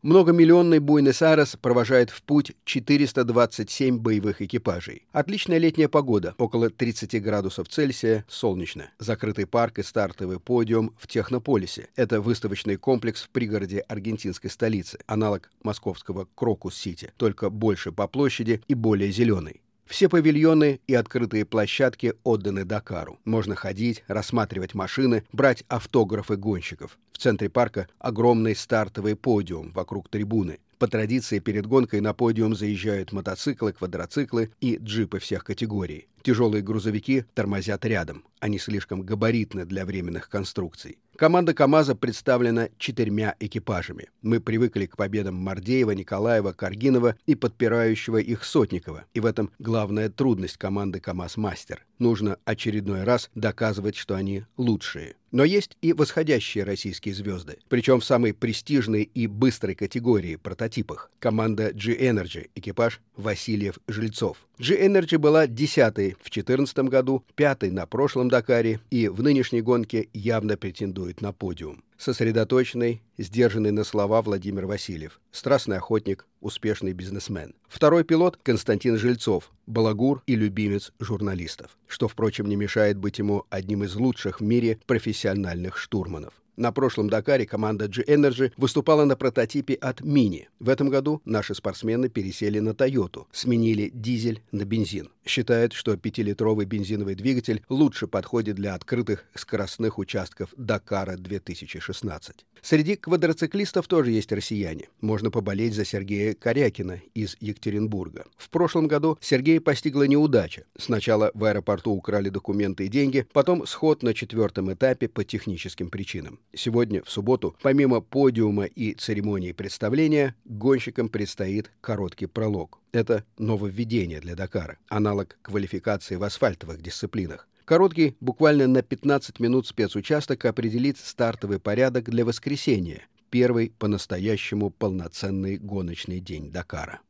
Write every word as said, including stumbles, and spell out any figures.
Многомиллионный Буэнос-Айрес провожает в путь четыреста двадцать семь боевых экипажей. Отличная летняя погода, около тридцати градусов Цельсия, солнечно. Закрытый парк и стартовый подиум в Технополисе. Это выставочный комплекс в пригороде аргентинской столицы, аналог московского Крокус-Сити, только больше по площади и более зеленый. Все павильоны и открытые площадки отданы Дакару. Можно ходить, рассматривать машины, брать автографы гонщиков. В центре парка огромный стартовый подиум вокруг трибуны. По традиции перед гонкой на подиум заезжают мотоциклы, квадроциклы и джипы всех категорий. Тяжелые грузовики тормозят рядом. Они слишком габаритны для временных конструкций. Команда КАМАЗа представлена четырьмя экипажами. Мы привыкли к победам Мардеева, Николаева, Каргинова и подпирающего их Сотникова. И в этом главная трудность команды КАМАЗ-Мастер. Нужно очередной раз доказывать, что они лучшие. Но есть и восходящие российские звезды, причем в самой престижной и быстрой категории прототипах. Команда G-Energy, экипаж Васильев-Жильцов. G-Energy была десятой в две тысячи четырнадцатом году, пятой на прошлом Дакаре и в нынешней гонке явно претендует на подиум. Сосредоточенный, сдержанный на слова Владимир Васильев, страстный охотник, успешный бизнесмен. Второй пилот Константин Жильцов, балагур и любимец журналистов, что, впрочем, не мешает быть ему одним из лучших в мире профессиональных штурманов. На прошлом Дакаре команда G-Energy выступала на прототипе от Mini. В этом году наши спортсмены пересели на Toyota, сменили дизель на бензин. Считают, что пятилитровый бензиновый двигатель лучше подходит для открытых скоростных участков Дакара две тысячи шестнадцать. Среди квадроциклистов тоже есть россияне. Можно поболеть за Сергея Корякина из Екатеринбурга. В прошлом году Сергея постигла неудача. Сначала в аэропорту украли документы и деньги, потом сход на четвертом этапе по техническим причинам. Сегодня, в субботу, помимо подиума и церемонии представления, гонщикам предстоит короткий пролог. Это нововведение для Дакара, аналог квалификации в асфальтовых дисциплинах. Короткий, буквально на пятнадцать минут спецучасток определит стартовый порядок для воскресенья, первый по-настоящему полноценный гоночный день Дакара.